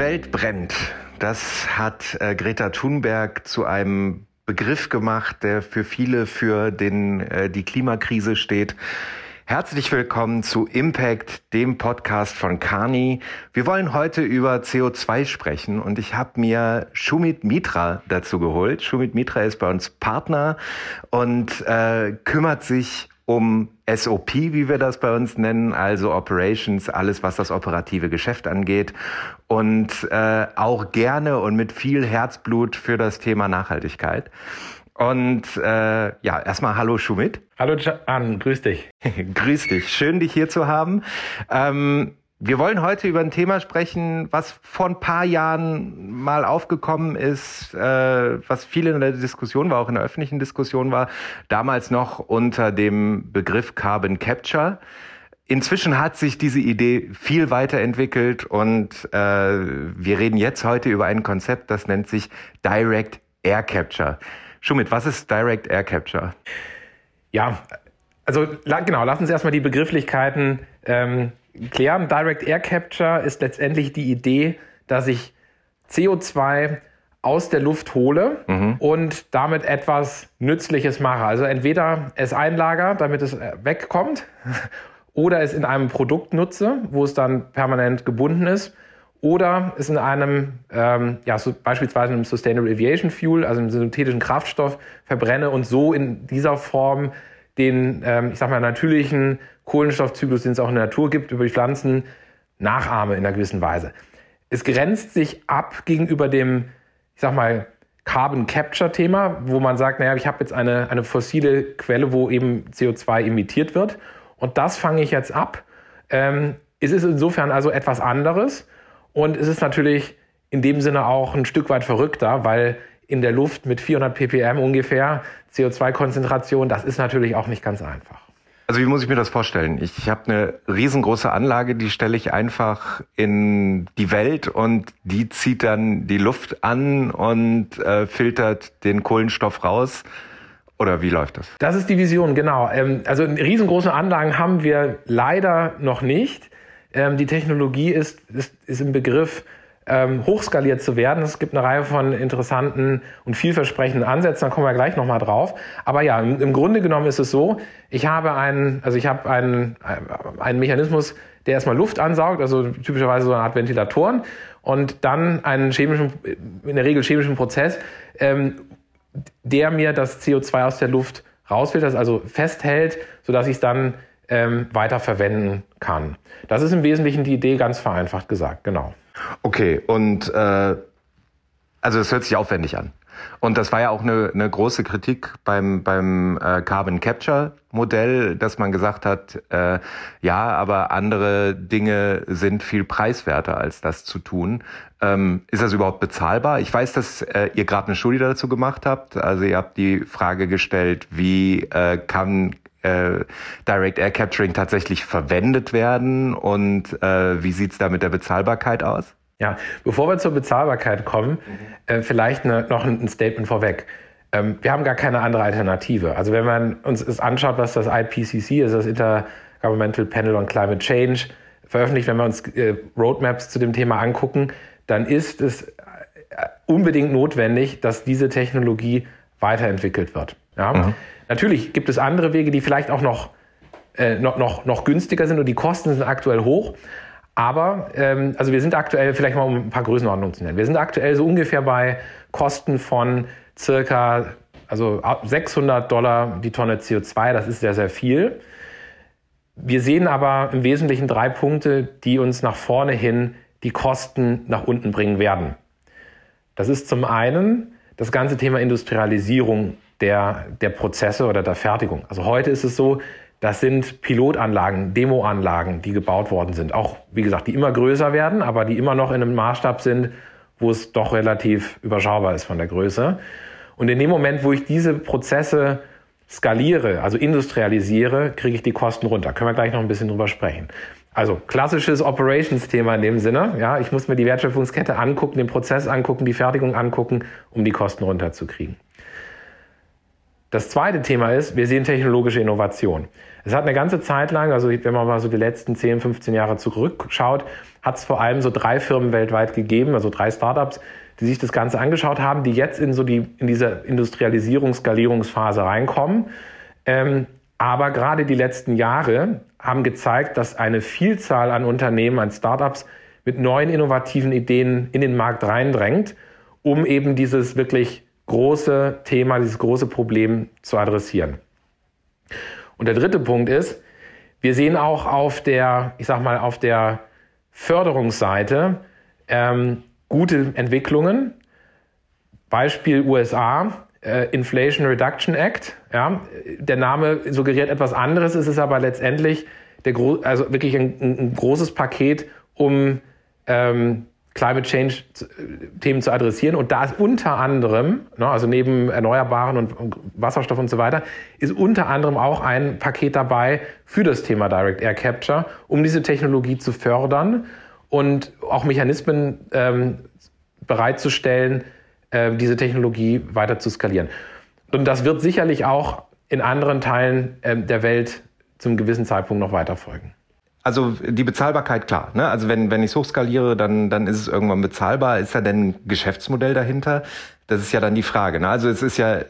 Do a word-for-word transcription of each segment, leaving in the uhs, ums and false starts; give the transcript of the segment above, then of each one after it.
Welt brennt. Das hat äh, Greta Thunberg zu einem Begriff gemacht, der für viele für den, äh, die Klimakrise steht. Herzlich willkommen zu Impact, dem Podcast von Kearney. Wir wollen heute über C O zwei sprechen und ich habe mir Shumit Mitra dazu geholt. Shumit Mitra ist bei uns Partner und äh, kümmert sich um S O P, wie wir das bei uns nennen, also Operations, alles, was das operative Geschäft angeht und äh, auch gerne und mit viel Herzblut für das Thema Nachhaltigkeit. Und äh, ja, erstmal hallo Shumit. Hallo Can, grüß dich. Grüß dich, schön dich hier zu haben. Ähm, wir wollen heute über ein Thema sprechen, was vor ein paar Jahren mal aufgekommen ist, äh, was viel in der Diskussion war, auch in der öffentlichen Diskussion war, damals noch unter dem Begriff Carbon Capture. Inzwischen hat sich diese Idee viel weiterentwickelt und äh, wir reden jetzt heute über ein Konzept, das nennt sich Direct Air Capture. Shumit, was ist Direct Air Capture? Ja, also genau, lass uns erstmal die Begrifflichkeiten ähm, klären. Direct Air Capture ist letztendlich die Idee, dass ich C O zwei aus der Luft hole mhm. und damit etwas Nützliches mache. Also entweder es einlager, damit es wegkommt, oder es in einem Produkt nutze, wo es dann permanent gebunden ist, oder es in einem, ähm, ja, so beispielsweise einem Sustainable Aviation Fuel, also einem synthetischen Kraftstoff, verbrenne und so in dieser Form den, ähm, ich sag mal, natürlichen Kohlenstoffzyklus, den es auch in der Natur gibt, über die Pflanzen, nachahme in einer gewissen Weise. Es grenzt sich ab gegenüber dem, ich sag mal, Carbon Capture Thema, wo man sagt, naja, ich habe jetzt eine, eine fossile Quelle, wo eben C O zwei emittiert wird. Und das fange ich jetzt ab. Ähm, es ist insofern also etwas anderes. Und es ist natürlich in dem Sinne auch ein Stück weit verrückter, weil in der Luft mit vierhundert ppm ungefähr C O zwei Konzentration, das ist natürlich auch nicht ganz einfach. Also wie muss ich mir das vorstellen? Ich habe eine riesengroße Anlage, die stelle ich einfach in die Welt und die zieht dann die Luft an und äh, filtert den Kohlenstoff raus. Oder wie läuft das? Das ist die Vision, genau. Also riesengroße Anlagen haben wir leider noch nicht. Die Technologie ist, ist, ist im Begriff, ähm, hochskaliert zu werden. Es gibt eine Reihe von interessanten und vielversprechenden Ansätzen, da kommen wir gleich nochmal drauf. Aber ja, im, im Grunde genommen ist es so, ich habe einen, also ich habe einen, einen Mechanismus, der erstmal Luft ansaugt, also typischerweise so eine Art Ventilatoren, und dann einen chemischen, in der Regel chemischen Prozess, ähm, der mir das C O zwei aus der Luft rausfiltert, also festhält, sodass ich es dann ähm, weiter verwenden kann. Das ist im Wesentlichen die Idee, ganz vereinfacht gesagt, genau. Okay, und äh, also es hört sich aufwendig an. Und das war ja auch eine, eine große Kritik beim, beim äh, Carbon Capture Modell, dass man gesagt hat, äh, ja, aber andere Dinge sind viel preiswerter, als das zu tun. Ähm, ist das überhaupt bezahlbar? Ich weiß, dass äh, ihr gerade eine Studie dazu gemacht habt. Also ihr habt die Frage gestellt, wie äh, kann äh, Direct Air Capturing tatsächlich verwendet werden und äh, wie sieht's da mit der Bezahlbarkeit aus? Ja, bevor wir zur Bezahlbarkeit kommen, mhm. äh, vielleicht eine, noch ein Statement vorweg. Ähm, wir haben gar keine andere Alternative. Also wenn man uns das anschaut, was das I P C C ist, das Intergovernmental Panel on Climate Change, veröffentlicht, wenn wir uns äh, Roadmaps zu dem Thema angucken, dann ist es äh, unbedingt notwendig, dass diese Technologie weiterentwickelt wird. Ja? Mhm. Natürlich gibt es andere Wege, die vielleicht auch noch, äh, noch, noch, noch günstiger sind und die Kosten sind aktuell hoch. Aber ähm, also wir sind aktuell, vielleicht mal um ein paar Größenordnungen zu nennen, wir sind aktuell so ungefähr bei Kosten von circa also sechshundert Dollar die Tonne C O zwei, das ist sehr, sehr viel. Wir sehen aber im Wesentlichen drei Punkte, die uns nach vorne hin die Kosten nach unten bringen werden. Das ist zum einen das ganze Thema Industrialisierung der, der Prozesse oder der Fertigung. Also heute ist es so, das sind Pilotanlagen, Demoanlagen, die gebaut worden sind. Auch, wie gesagt, die immer größer werden, aber die immer noch in einem Maßstab sind, wo es doch relativ überschaubar ist von der Größe. Und in dem Moment, wo ich diese Prozesse skaliere, also industrialisiere, kriege ich die Kosten runter. Können wir gleich noch ein bisschen drüber sprechen. Also klassisches Operations-Thema in dem Sinne. Ja, ich muss mir die Wertschöpfungskette angucken, den Prozess angucken, die Fertigung angucken, um die Kosten runterzukriegen. Das zweite Thema ist, wir sehen technologische Innovation. Es hat eine ganze Zeit lang, also wenn man mal so die letzten zehn, fünfzehn Jahre zurückschaut, hat es vor allem so drei Firmen weltweit gegeben, also drei Startups, die sich das Ganze angeschaut haben, die jetzt in so die in diese Industrialisierungs-, Skalierungsphase reinkommen. Ähm, aber gerade die letzten Jahre haben gezeigt, dass eine Vielzahl an Unternehmen, an Startups mit neuen innovativen Ideen in den Markt reindrängt, um eben dieses wirklich große Thema, dieses große Problem zu adressieren. Und der dritte Punkt ist, wir sehen auch auf der, ich sag mal, auf der Förderungsseite ähm, gute Entwicklungen. Beispiel U S A, äh, Inflation Reduction Act. Ja, der Name suggeriert etwas anderes, es ist aber letztendlich der Gro- also wirklich ein, ein großes Paket, um ähm, Climate Change Themen zu adressieren. Und da ist unter anderem, ne, also neben Erneuerbaren und, und Wasserstoff und so weiter, ist unter anderem auch ein Paket dabei für das Thema Direct Air Capture, um diese Technologie zu fördern und auch Mechanismen ähm, bereitzustellen, äh, diese Technologie weiter zu skalieren. Und das wird sicherlich auch in anderen Teilen äh, der Welt zum gewissen Zeitpunkt noch weiter folgen. Also die Bezahlbarkeit, klar. Ne? Also wenn wenn ich es hochskaliere, dann dann ist es irgendwann bezahlbar. Ist da denn ein Geschäftsmodell dahinter? Das ist ja dann die Frage. Ne? Also es ist ja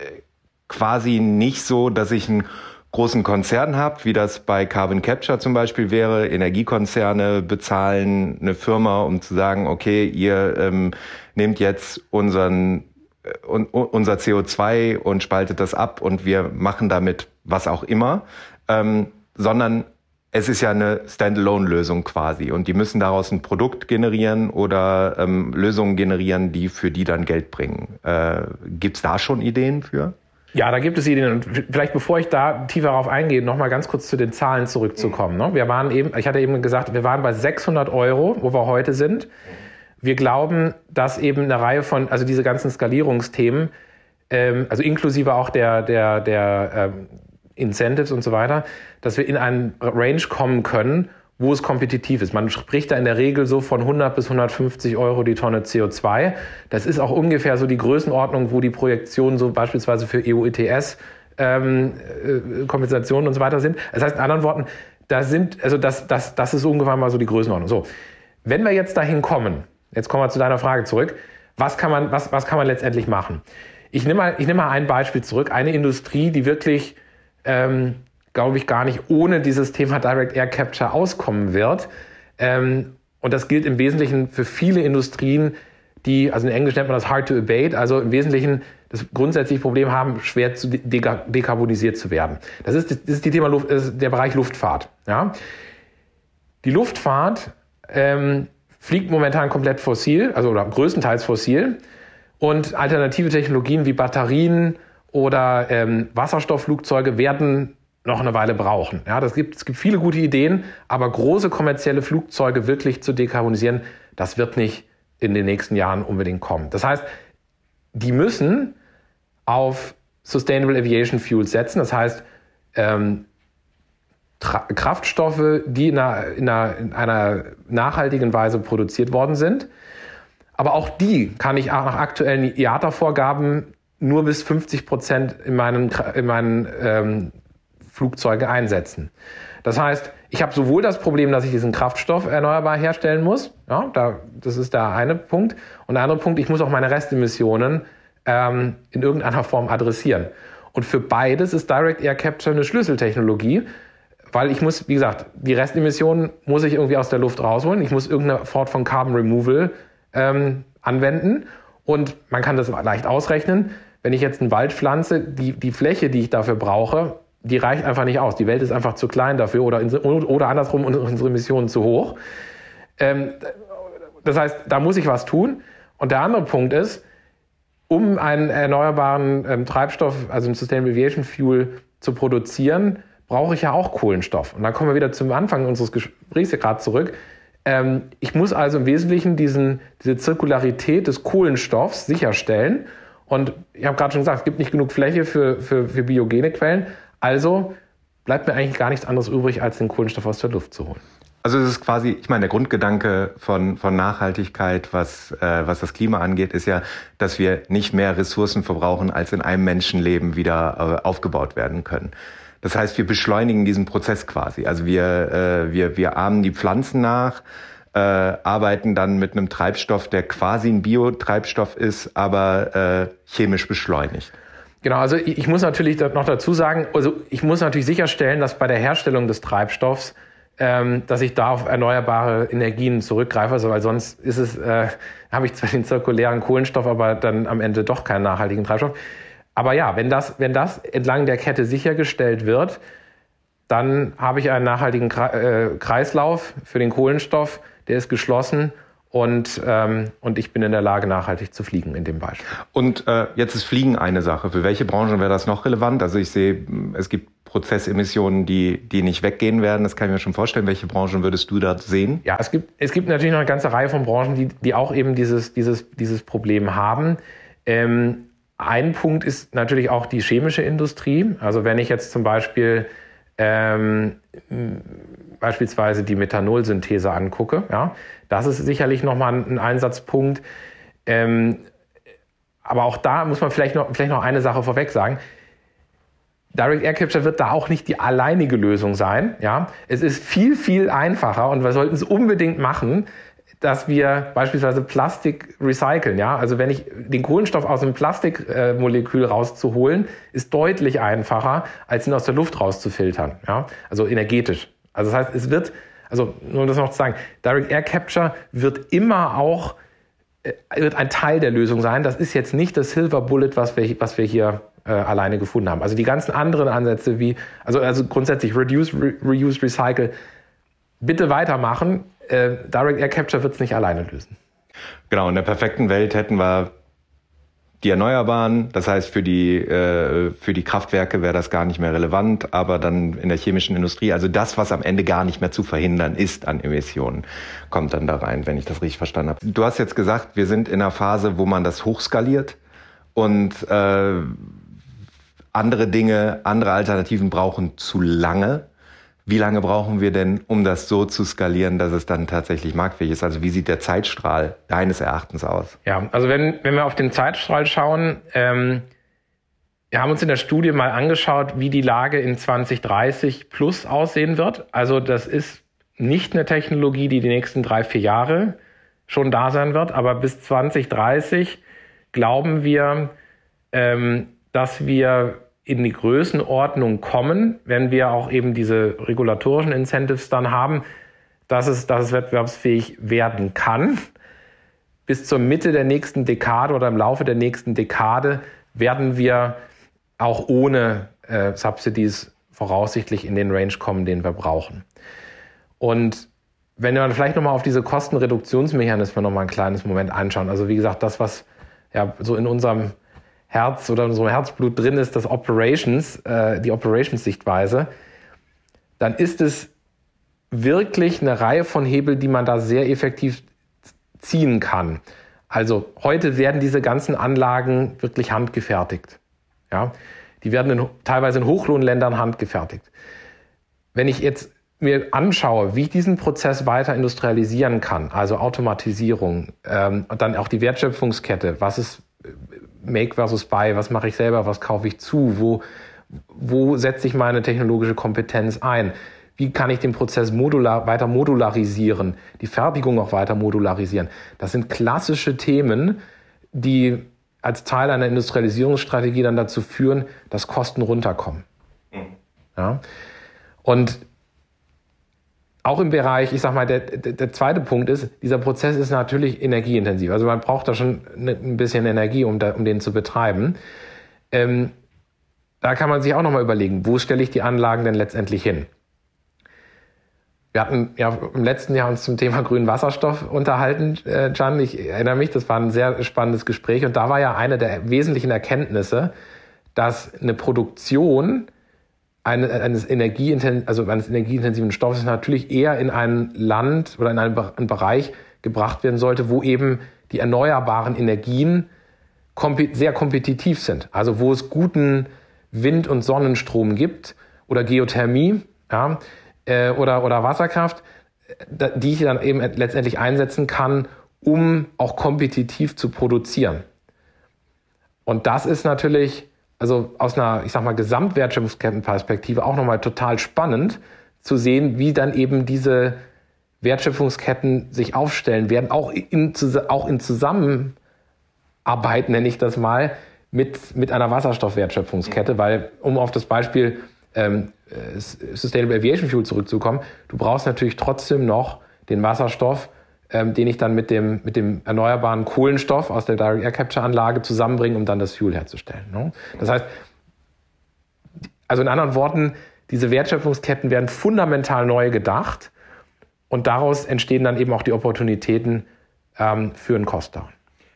quasi nicht so, dass ich einen großen Konzern habe, wie das bei Carbon Capture zum Beispiel wäre. Energiekonzerne bezahlen eine Firma, um zu sagen, okay, ihr ähm, nehmt jetzt unseren un, unser C O zwei und spaltet das ab und wir machen damit was auch immer, ähm, sondern es ist ja eine Standalone-Lösung quasi und die müssen daraus ein Produkt generieren oder ähm, Lösungen generieren, die für die dann Geld bringen. Äh, gibt's da schon Ideen für? Ja, da gibt es Ideen. Und vielleicht bevor ich da tiefer darauf eingehe, noch mal ganz kurz zu den Zahlen zurückzukommen. Mhm. Wir waren eben, ich hatte eben gesagt, wir waren bei sechshundert Euro, wo wir heute sind. Wir glauben, dass eben eine Reihe von, also diese ganzen Skalierungsthemen, ähm, also inklusive auch der, der, der ähm, Incentives und so weiter, dass wir in einen Range kommen können, wo es kompetitiv ist. Man spricht da in der Regel so von hundert bis hundertfünfzig Euro die Tonne C O zwei. Das ist auch ungefähr so die Größenordnung, wo die Projektionen so beispielsweise für E U E T S ähm, äh, Kompensationen und so weiter sind. Das heißt in anderen Worten, da sind, also das, das, das ist ungefähr mal so die Größenordnung. So, wenn wir jetzt dahin kommen, jetzt kommen wir zu deiner Frage zurück, was kann man, was, was kann man letztendlich machen? Ich nehme mal, ich nehme mal ein Beispiel zurück, eine Industrie, die wirklich Ähm, glaube ich, gar nicht ohne dieses Thema Direct Air Capture auskommen wird. Ähm, und das gilt im Wesentlichen für viele Industrien, die, also in Englisch nennt man das hard to abate, also im Wesentlichen das grundsätzliche Problem haben, schwer zu de- dekarbonisiert zu werden. Das ist, das ist die Thema Luft, das ist der Bereich Luftfahrt. Ja? Die Luftfahrt ähm, fliegt momentan komplett fossil, also oder größtenteils fossil. Und alternative Technologien wie Batterien oder ähm, Wasserstoffflugzeuge werden noch eine Weile brauchen. Ja, das gibt, es gibt viele gute Ideen, aber große kommerzielle Flugzeuge wirklich zu dekarbonisieren, das wird nicht in den nächsten Jahren unbedingt kommen. Das heißt, die müssen auf Sustainable Aviation Fuels setzen, das heißt ähm, Tra- Kraftstoffe, die in einer, in, einer, in einer nachhaltigen Weise produziert worden sind. Aber auch die kann ich nach aktuellen I A T A-Vorgaben nur bis fünfzig Prozent in meinen, in meinen ähm, Flugzeugen einsetzen. Das heißt, ich habe sowohl das Problem, dass ich diesen Kraftstoff erneuerbar herstellen muss, ja, da, das ist der eine Punkt, und der andere Punkt, ich muss auch meine Restemissionen ähm, in irgendeiner Form adressieren. Und für beides ist Direct Air Capture eine Schlüsseltechnologie, weil ich muss, wie gesagt, die Restemissionen muss ich irgendwie aus der Luft rausholen, ich muss irgendeine Form von Carbon Removal ähm, anwenden und man kann das leicht ausrechnen. Wenn ich jetzt einen Wald pflanze, die, die Fläche, die ich dafür brauche, die reicht einfach nicht aus. Die Welt ist einfach zu klein dafür oder, oder andersrum, unsere Emissionen zu hoch. Ähm, das heißt, da muss ich was tun. Und der andere Punkt ist, um einen erneuerbaren ähm, Treibstoff, also einen Sustainable Aviation Fuel zu produzieren, brauche ich ja auch Kohlenstoff. Und dann kommen wir wieder zum Anfang unseres Gesprächs gerade zurück. Ähm, ich muss also im Wesentlichen diesen, diese Zirkularität des Kohlenstoffs sicherstellen. Und ich habe gerade schon gesagt, es gibt nicht genug Fläche für, für, für biogene Quellen. Also bleibt mir eigentlich gar nichts anderes übrig, als den Kohlenstoff aus der Luft zu holen. Also es ist quasi, ich meine, der Grundgedanke von, von Nachhaltigkeit, was, äh, was das Klima angeht, ist ja, dass wir nicht mehr Ressourcen verbrauchen, als in einem Menschenleben wieder äh, aufgebaut werden können. Das heißt, wir beschleunigen diesen Prozess quasi. Also wir, äh, wir, wir ahmen die Pflanzen nach, äh, arbeiten dann mit einem Treibstoff, der quasi ein Biotreibstoff ist, aber äh, chemisch beschleunigt. Genau, also ich muss natürlich noch dazu sagen, also ich muss natürlich sicherstellen, dass bei der Herstellung des Treibstoffs, ähm, dass ich da auf erneuerbare Energien zurückgreife, also weil sonst ist es, äh, habe ich zwar den zirkulären Kohlenstoff, aber dann am Ende doch keinen nachhaltigen Treibstoff. Aber ja, wenn das, wenn das entlang der Kette sichergestellt wird, dann habe ich einen nachhaltigen Kreislauf für den Kohlenstoff, der ist geschlossen. Und, ähm, und ich bin in der Lage, nachhaltig zu fliegen in dem Beispiel. Und äh, jetzt ist Fliegen eine Sache. Für welche Branchen wäre das noch relevant? Also ich sehe, es gibt Prozessemissionen, die, die nicht weggehen werden. Das kann ich mir schon vorstellen. Welche Branchen würdest du da sehen? Ja, es gibt, es gibt natürlich noch eine ganze Reihe von Branchen, die, die auch eben dieses, dieses, dieses Problem haben. Ähm, ein Punkt ist natürlich auch die chemische Industrie. Also wenn ich jetzt zum Beispiel ähm, beispielsweise die Methanolsynthese angucke, ja, das ist sicherlich nochmal ein Einsatzpunkt. Ähm, aber auch da muss man vielleicht noch, vielleicht noch eine Sache vorweg sagen. Direct Air Capture wird da auch nicht die alleinige Lösung sein. Ja? Es ist viel, viel einfacher und wir sollten es unbedingt machen, dass wir beispielsweise Plastik recyceln. Ja? Also wenn ich den Kohlenstoff aus einem Plastikmolekül rauszuholen, ist deutlich einfacher, als ihn aus der Luft rauszufiltern. Ja? Also energetisch. Also das heißt, es wird, also nur um das noch zu sagen, Direct Air Capture wird immer auch äh, wird ein Teil der Lösung sein. Das ist jetzt nicht das Silver Bullet, was wir, was wir hier äh, alleine gefunden haben. Also die ganzen anderen Ansätze wie, also, also grundsätzlich Reduce, Re, Reuse, Recycle, bitte weitermachen. Äh, Direct Air Capture wird es nicht alleine lösen. Genau, in der perfekten Welt hätten wir die Erneuerbaren, das heißt für die äh, für die Kraftwerke wäre das gar nicht mehr relevant, aber dann in der chemischen Industrie, also das, was am Ende gar nicht mehr zu verhindern ist an Emissionen, kommt dann da rein, wenn ich das richtig verstanden habe. Du hast jetzt gesagt, wir sind in einer Phase, wo man das hochskaliert und äh, andere Dinge, andere Alternativen brauchen zu lange. Wie lange brauchen wir denn, um das so zu skalieren, dass es dann tatsächlich marktfähig ist? Also wie sieht der Zeitstrahl deines Erachtens aus? Ja, also wenn, wenn wir auf den Zeitstrahl schauen, ähm, wir haben uns in der Studie mal angeschaut, wie die Lage in zwanzig dreißig plus aussehen wird. Also das ist nicht eine Technologie, die die nächsten drei, vier Jahre schon da sein wird, aber bis zwanzig dreißig glauben wir, ähm, dass wir in die Größenordnung kommen, wenn wir auch eben diese regulatorischen Incentives dann haben, dass es, dass es wettbewerbsfähig werden kann. Bis zur Mitte der nächsten Dekade oder im Laufe der nächsten Dekade werden wir auch ohne äh, Subsidies voraussichtlich in den Range kommen, den wir brauchen. Und wenn wir vielleicht nochmal auf diese Kostenreduktionsmechanismen nochmal ein kleines Moment anschauen, also wie gesagt, das, was ja so in unserem Herz oder in unserem Herzblut drin ist, das Operations, äh, die Operations-Sichtweise, dann ist es wirklich eine Reihe von Hebeln, die man da sehr effektiv ziehen kann. Also heute werden diese ganzen Anlagen wirklich handgefertigt. Ja? Die werden in, teilweise in Hochlohnländern handgefertigt. Wenn ich jetzt mir anschaue, wie ich diesen Prozess weiter industrialisieren kann, also Automatisierung, ähm, und dann auch die Wertschöpfungskette, was ist Make versus Buy, was mache ich selber, was kaufe ich zu, wo, wo setze ich meine technologische Kompetenz ein, wie kann ich den Prozess modular, weiter modularisieren, die Fertigung auch weiter modularisieren. Das sind klassische Themen, die als Teil einer Industrialisierungsstrategie dann dazu führen, dass Kosten runterkommen. Mhm. Ja? Und auch im Bereich, ich sag mal, der, der, der zweite Punkt ist, dieser Prozess ist natürlich energieintensiv. Also man braucht da schon ne, ein bisschen Energie, um, da, um den zu betreiben. Ähm, da kann man sich auch nochmal überlegen, wo stelle ich die Anlagen denn letztendlich hin? Wir hatten ja im letzten Jahr uns zum Thema grünen Wasserstoff unterhalten, äh, Can. Ich erinnere mich, das war ein sehr spannendes Gespräch. Und da war ja eine der wesentlichen Erkenntnisse, dass eine Produktion eines, Energieinten- also eines energieintensiven Stoffes natürlich eher in ein Land oder in einen, einen Bereich gebracht werden sollte, wo eben die erneuerbaren Energien komp- sehr kompetitiv sind. Also wo es guten Wind- und Sonnenstrom gibt oder Geothermie, ja, äh, oder, oder Wasserkraft, die ich dann eben letztendlich einsetzen kann, um auch kompetitiv zu produzieren. Und das ist natürlich, also aus einer, ich sag mal, Gesamtwertschöpfungskettenperspektive auch nochmal total spannend zu sehen, wie dann eben diese Wertschöpfungsketten sich aufstellen werden, auch in, auch in Zusammenarbeit, nenne ich das mal, mit, mit einer Wasserstoffwertschöpfungskette, weil, um auf das Beispiel ähm, Sustainable Aviation Fuel zurückzukommen, du brauchst natürlich trotzdem noch den Wasserstoff, ähm, den ich dann mit dem, mit dem erneuerbaren Kohlenstoff aus der Direct Air Capture Anlage zusammenbringe, um dann das Fuel herzustellen. Ne? Das heißt, also in anderen Worten, diese Wertschöpfungsketten werden fundamental neu gedacht und daraus entstehen dann eben auch die Opportunitäten ähm, für einen Cost-Down.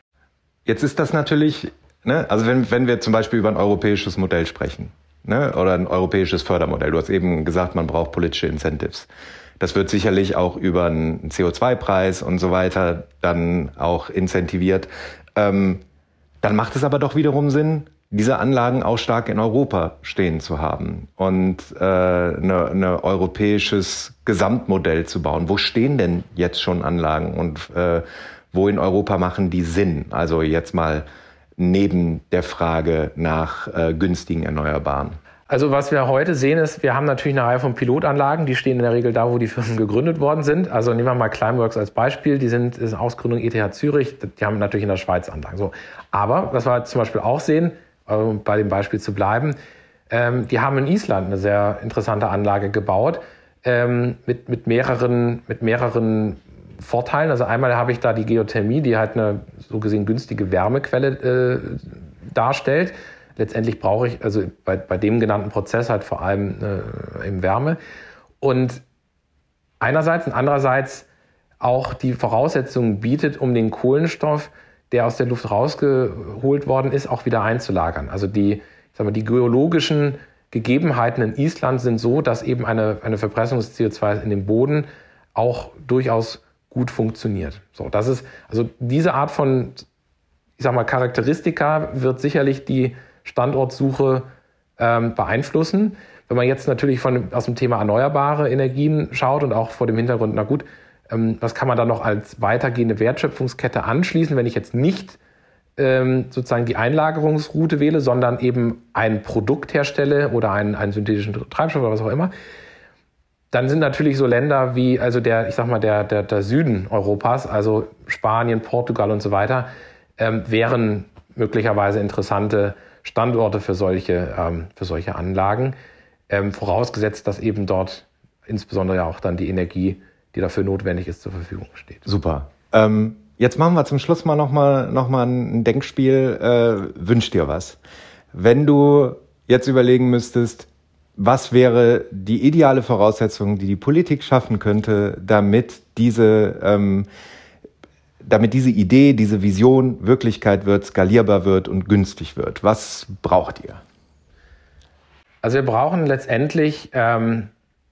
Jetzt ist das natürlich, ne, also wenn, wenn wir zum Beispiel über ein europäisches Modell sprechen, ne, oder ein europäisches Fördermodell, du hast eben gesagt, man braucht politische Incentives. Das wird sicherlich auch über einen C O zwei Preis und so weiter dann auch incentiviert. Ähm, dann macht es aber doch wiederum Sinn, diese Anlagen auch stark in Europa stehen zu haben und äh, eine, eine europäisches Gesamtmodell zu bauen. Wo stehen denn jetzt schon Anlagen und äh, wo in Europa machen die Sinn? Also jetzt mal neben der Frage nach äh, günstigen Erneuerbaren. Also was wir heute sehen ist, wir haben natürlich eine Reihe von Pilotanlagen, die stehen in der Regel da, wo die Firmen gegründet worden sind. Also nehmen wir mal Climeworks als Beispiel, die sind ist eine Ausgründung E T H Zürich, die haben natürlich in der Schweiz Anlagen. So. Aber was wir zum Beispiel auch sehen, um bei dem Beispiel zu bleiben, ähm, die haben in Island eine sehr interessante Anlage gebaut ähm, mit, mit, mehreren, mit mehreren Vorteilen. Also einmal habe ich da die Geothermie, die halt eine so gesehen günstige Wärmequelle äh, darstellt. Letztendlich brauche ich, also bei, bei dem genannten Prozess halt vor allem äh, eben Wärme. Und einerseits und andererseits auch die Voraussetzungen bietet, um den Kohlenstoff, der aus der Luft rausgeholt worden ist, auch wieder einzulagern. Also die, ich sag mal, die geologischen Gegebenheiten in Island sind so, dass eben eine, eine Verpressung des C O zwei in den Boden auch durchaus gut funktioniert. So, das ist, also diese Art von, ich sag mal, Charakteristika wird sicherlich die Standortsuche ähm, beeinflussen. Wenn man jetzt natürlich von, aus dem Thema erneuerbare Energien schaut und auch vor dem Hintergrund, na gut, ähm, was kann man da noch als weitergehende Wertschöpfungskette anschließen, wenn ich jetzt nicht ähm, sozusagen die Einlagerungsroute wähle, sondern eben ein Produkt herstelle oder einen, einen synthetischen Treibstoff oder was auch immer, dann sind natürlich so Länder wie, also der, ich sag mal, der, der, der Süden Europas, also Spanien, Portugal und so weiter, ähm, wären möglicherweise interessante Standorte für solche, ähm, für solche Anlagen, ähm, vorausgesetzt, dass eben dort insbesondere auch dann die Energie, die dafür notwendig ist, zur Verfügung steht. Super. Ähm, jetzt machen wir zum Schluss mal nochmal noch mal ein Denkspiel. Äh, wünsch dir was. Wenn du jetzt überlegen müsstest, was wäre die ideale Voraussetzung, die die Politik schaffen könnte, damit diese ähm, damit diese Idee, diese Vision Wirklichkeit wird, skalierbar wird und günstig wird? Was braucht ihr? Also wir brauchen letztendlich ähm,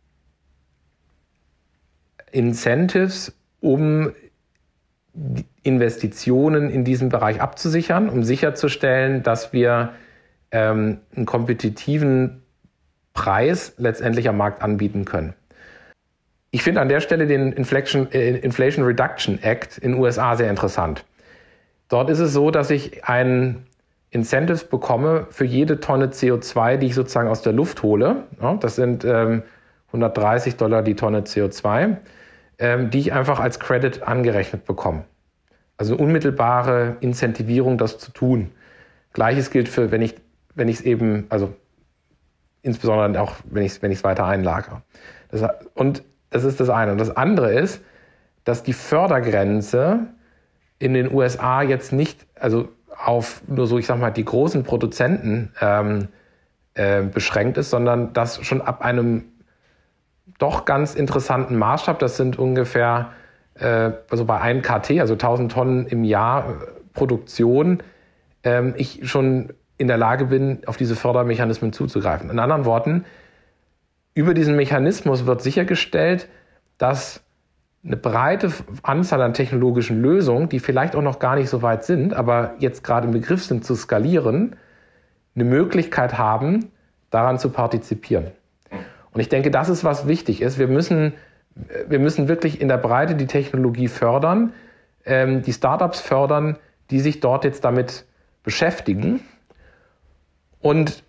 Incentives, um Investitionen in diesem Bereich abzusichern, um sicherzustellen, dass wir ähm, einen kompetitiven Preis letztendlich am Markt anbieten können. Ich finde an der Stelle den Inflation, äh, Inflation Reduction Act in den U S A sehr interessant. Dort ist es so, dass ich ein Incentives bekomme für jede Tonne C O zwei, die ich sozusagen aus der Luft hole. Ja, das sind ähm, hundertdreißig Dollar die Tonne C O zwei, ähm, die ich einfach als Credit angerechnet bekomme. Also unmittelbare Incentivierung, das zu tun. Gleiches gilt für, wenn ich wenn ich es eben, also insbesondere auch, wenn ich es wenn ich es weiter einlagere. Das, und das ist das eine. Und das andere ist, dass die Fördergrenze in den U S A jetzt nicht, also auf nur so, ich sag mal, die großen Produzenten ähm, äh, beschränkt ist, sondern dass schon ab einem doch ganz interessanten Maßstab, das sind ungefähr, äh, also bei einem K T, also tausend Tonnen im Jahr äh, Produktion, äh, ich schon in der Lage bin, auf diese Fördermechanismen zuzugreifen. In anderen Worten, über diesen Mechanismus wird sichergestellt, dass eine breite Anzahl an technologischen Lösungen, die vielleicht auch noch gar nicht so weit sind, aber jetzt gerade im Begriff sind zu skalieren, eine Möglichkeit haben, daran zu partizipieren. Und ich denke, das ist, was wichtig ist. Wir müssen, wir müssen wirklich in der Breite die Technologie fördern, ähm, die Startups fördern, die sich dort jetzt damit beschäftigen. Und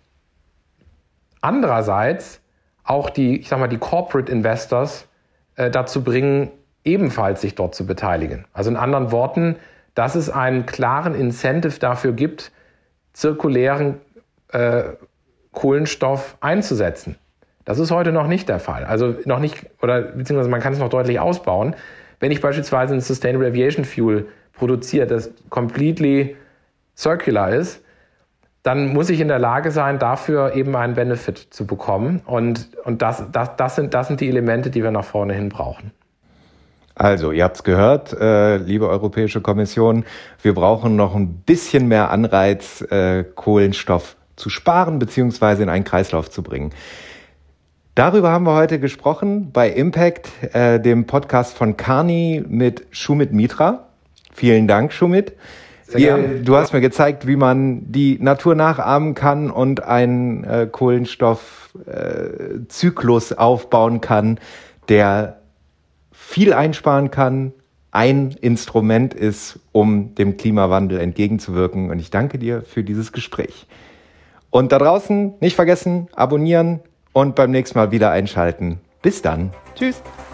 andererseits auch die, ich sag mal, die Corporate Investors äh, dazu bringen, ebenfalls sich dort zu beteiligen. Also in anderen Worten, dass es einen klaren Incentive dafür gibt, zirkulären äh, Kohlenstoff einzusetzen. Das ist heute noch nicht der Fall. Also noch nicht, oder beziehungsweise man kann es noch deutlich ausbauen. Wenn ich beispielsweise ein Sustainable Aviation Fuel produziere, das completely circular ist, dann muss ich in der Lage sein, dafür eben einen Benefit zu bekommen. Und, und das, das, das, sind, das sind die Elemente, die wir nach vorne hin brauchen. Also, ihr habt es gehört, äh, liebe Europäische Kommission, wir brauchen noch ein bisschen mehr Anreiz, äh, Kohlenstoff zu sparen bzw. in einen Kreislauf zu bringen. Darüber haben wir heute gesprochen bei Impact, äh, dem Podcast von Kearney mit Shumit Mitra. Vielen Dank, Shumit. Wir, du hast mir gezeigt, wie man die Natur nachahmen kann und einen äh, Kohlenstoffzyklus äh, aufbauen kann, der viel einsparen kann, ein Instrument ist, um dem Klimawandel entgegenzuwirken. Und ich danke dir für dieses Gespräch. Und da draußen nicht vergessen, abonnieren und beim nächsten Mal wieder einschalten. Bis dann. Tschüss.